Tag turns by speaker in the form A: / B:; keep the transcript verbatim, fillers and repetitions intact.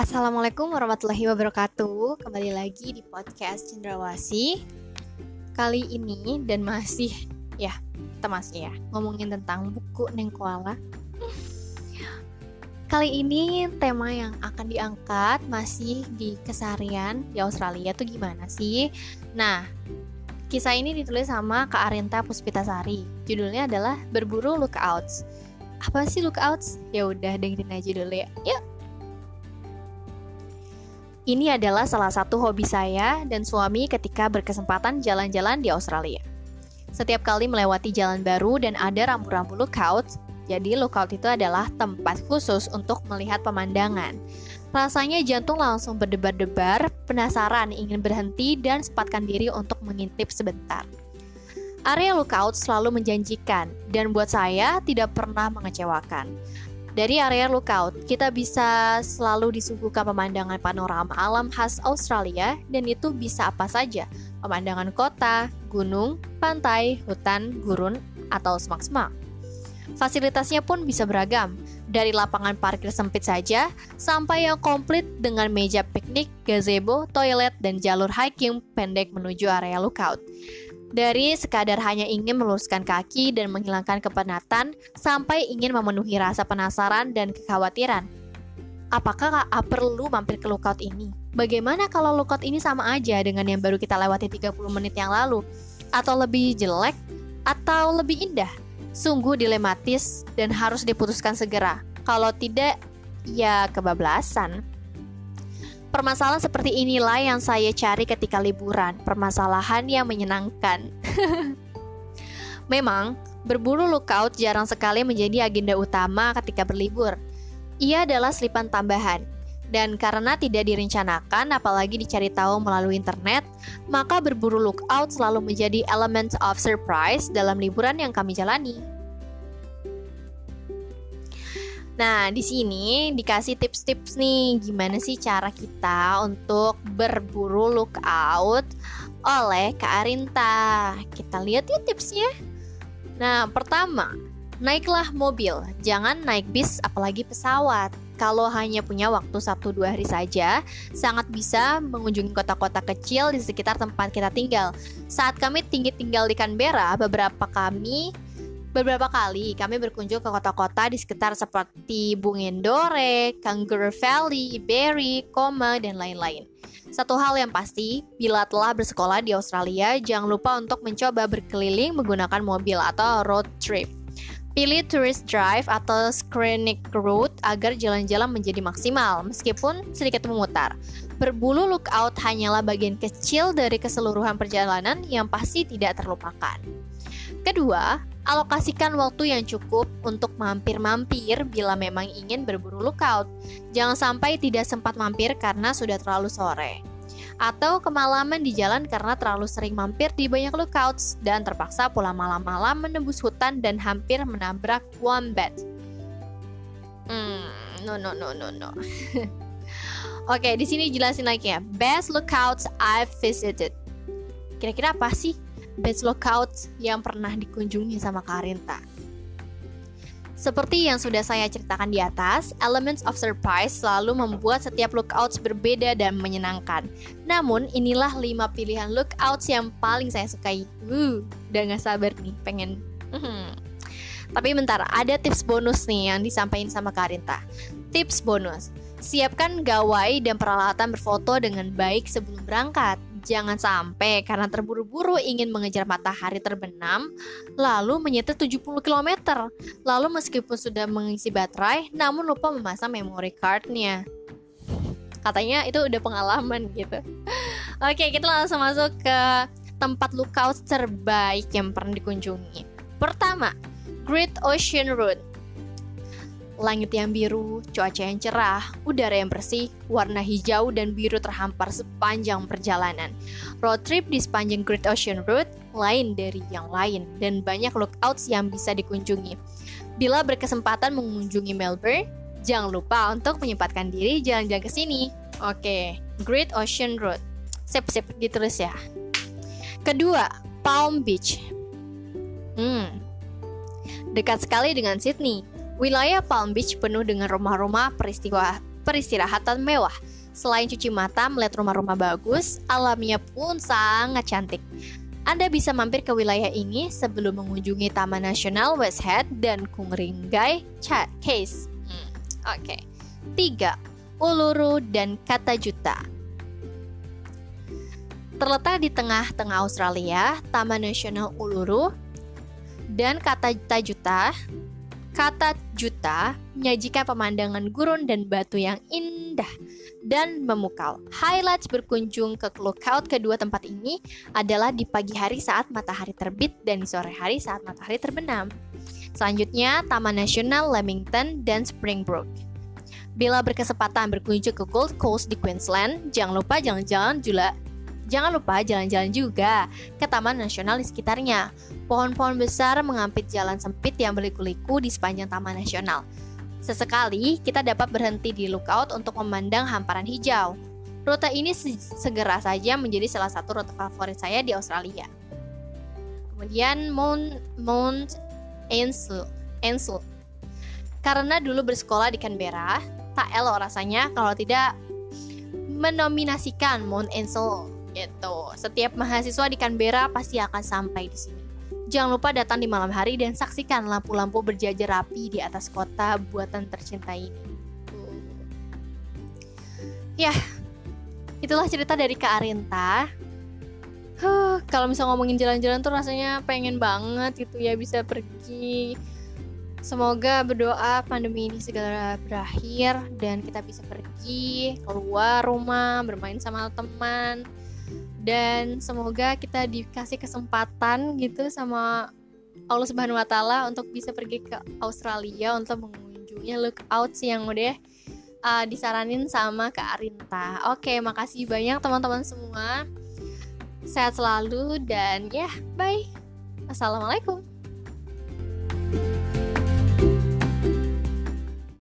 A: Assalamualaikum warahmatullahi wabarakatuh. Kembali lagi di podcast Cendrawasih. Kali ini dan masih ya, kita masih ya ngomongin tentang buku Neng Koala. Kali ini tema yang akan diangkat masih di keseharian di Australia tuh gimana sih? Nah, kisah ini ditulis sama Kak Arinta Puspitasari. Judulnya adalah Berburu Lookouts. Apa sih lookouts? Ya udah dengerin aja dulu ya. Yuk. Ini adalah salah satu hobi saya dan suami ketika berkesempatan jalan-jalan di Australia. Setiap kali melewati jalan baru dan ada rambu-rambu lookout, jadi lookout itu adalah tempat khusus untuk melihat pemandangan. Rasanya jantung langsung berdebar-debar, penasaran ingin berhenti dan sempatkan diri untuk mengintip sebentar. Area lookout selalu menjanjikan dan buat saya tidak pernah mengecewakan. Dari area lookout, kita bisa selalu disuguhkan pemandangan panorama alam khas Australia dan itu bisa apa saja, pemandangan kota, gunung, pantai, hutan, gurun, atau semak-semak. Fasilitasnya pun bisa beragam, dari lapangan parkir sempit saja, sampai yang komplit dengan meja piknik, gazebo, toilet, dan jalur hiking pendek menuju area lookout. Dari sekadar hanya ingin meluruskan kaki dan menghilangkan kepenatan, sampai ingin memenuhi rasa penasaran dan kekhawatiran. Apakah perlu mampir ke lookout ini? Bagaimana kalau lookout ini sama aja dengan yang baru kita lewati tiga puluh menit yang lalu? Atau lebih jelek? Atau lebih indah? Sungguh dilematis dan harus diputuskan segera. Kalau tidak, ya kebablasan. Permasalahan seperti inilah yang saya cari ketika liburan, permasalahan yang menyenangkan. Memang, berburu lookout jarang sekali menjadi agenda utama ketika berlibur. Ia adalah selipan tambahan, dan karena tidak direncanakan apalagi dicari tahu melalui internet, maka berburu lookout selalu menjadi element of surprise dalam liburan yang kami jalani. Nah, di sini dikasih tips-tips nih, gimana sih cara kita untuk berburu lookout oleh Kak Arinta. Kita lihat yuk tipsnya. Nah, pertama, naiklah mobil, jangan naik bis apalagi pesawat. Kalau hanya punya waktu satu dua hari saja, sangat bisa mengunjungi kota-kota kecil di sekitar tempat kita tinggal. Saat kami tinggi tinggal di Canberra, beberapa kami Beberapa kali kami berkunjung ke kota-kota di sekitar seperti Bungendore, Kangaroo Valley, Berry, Coma, dan lain-lain. Satu hal yang pasti, bila telah bersekolah di Australia, jangan lupa untuk mencoba berkeliling menggunakan mobil atau road trip. Pilih tourist drive atau scenic route agar jalan-jalan menjadi maksimal, meskipun sedikit memutar. Berburu lookout hanyalah bagian kecil dari keseluruhan perjalanan yang pasti tidak terlupakan. Kedua, alokasikan waktu yang cukup untuk mampir-mampir bila memang ingin berburu lookout. Jangan sampai tidak sempat mampir karena sudah terlalu sore. Atau kemalaman di jalan karena terlalu sering mampir di banyak lookouts dan terpaksa pulang malam-malam menembus hutan dan hampir menabrak wombat. Hmm, no no no no no. Oke, di sini jelasin lagi ya. Best lookouts I've visited. Kira-kira apa sih best lookout yang pernah dikunjungi sama Kak Arinta? Seperti yang sudah saya ceritakan di atas, elements of surprise selalu membuat setiap lookouts berbeda dan menyenangkan. Namun, inilah lima pilihan lookouts yang paling saya sukai. Uh, udah gak sabar nih, pengen. Hmm. Tapi bentar, ada tips bonus nih yang disampaikan sama Kak Arinta. Tips bonus, siapkan gawai dan peralatan berfoto dengan baik sebelum berangkat. Jangan sampai karena terburu-buru ingin mengejar matahari terbenam, lalu menyetir tujuh puluh kilometer. Lalu meskipun sudah mengisi baterai, namun lupa memasang memory card-nya. Katanya itu udah pengalaman gitu. Oke, kita langsung masuk ke tempat lookout terbaik yang pernah dikunjungi. Pertama, Great Ocean Road. Langit yang biru, cuaca yang cerah, udara yang bersih, warna hijau dan biru terhampar sepanjang perjalanan. Road trip di sepanjang Great Ocean Road lain dari yang lain dan banyak lookouts yang bisa dikunjungi. Bila berkesempatan mengunjungi Melbourne, jangan lupa untuk menyempatkan diri jalan-jalan ke sini. Oke, Great Ocean Road. Sip-sip ditulis ya. Kedua, Palm Beach. Hmm, dekat sekali dengan Sydney. Wilayah Palm Beach penuh dengan rumah-rumah peristiwa peristirahatan mewah. Selain cuci mata, melihat rumah-rumah bagus, alamnya pun sangat cantik. Anda bisa mampir ke wilayah ini sebelum mengunjungi Taman Nasional West Head dan Kungringai Case. Hmm, Oke. Okay. Tiga. Uluru dan Katajuta. Terletak di tengah-tengah Australia, Taman Nasional Uluru dan Katajuta Katajuta menyajikan pemandangan gurun dan batu yang indah dan memukau. Highlights berkunjung ke lookout kedua tempat ini adalah di pagi hari saat matahari terbit dan di sore hari saat matahari terbenam. Selanjutnya, Taman Nasional Lamington dan Springbrook. Bila berkesempatan berkunjung ke Gold Coast di Queensland, jangan lupa jalan-jalan juga Jangan lupa jalan-jalan juga ke taman nasional di sekitarnya. Pohon-pohon besar mengampit jalan sempit yang berliku-liku di sepanjang taman nasional. Sesekali kita dapat berhenti di lookout untuk memandang hamparan hijau. Rute ini segera saja menjadi salah satu rute favorit saya di Australia. Kemudian Mount Mount Ainslie. Ainslie. Karena dulu bersekolah di Canberra, tak elok rasanya kalau tidak menominasikan Mount Ainslie. Gitu. Setiap mahasiswa di Canberra pasti akan sampai di sini. Jangan lupa datang di malam hari dan saksikan lampu-lampu berjajar rapi di atas kota buatan tercinta ini. Ya, itulah cerita dari Kak Arinta. Huh, kalau misalnya ngomongin jalan-jalan tuh rasanya pengen banget gitu ya bisa pergi. Semoga berdoa pandemi ini segera berakhir dan kita bisa pergi keluar rumah, bermain sama teman. Dan semoga kita dikasih kesempatan gitu sama Allah Subhanahu wa Ta'ala untuk bisa pergi ke Australia untuk mengunjungi lookouts yang udah uh, disaranin sama Kak Arinta. Oke, makasih banyak teman-teman semua. Sehat selalu dan ya, bye. Assalamualaikum.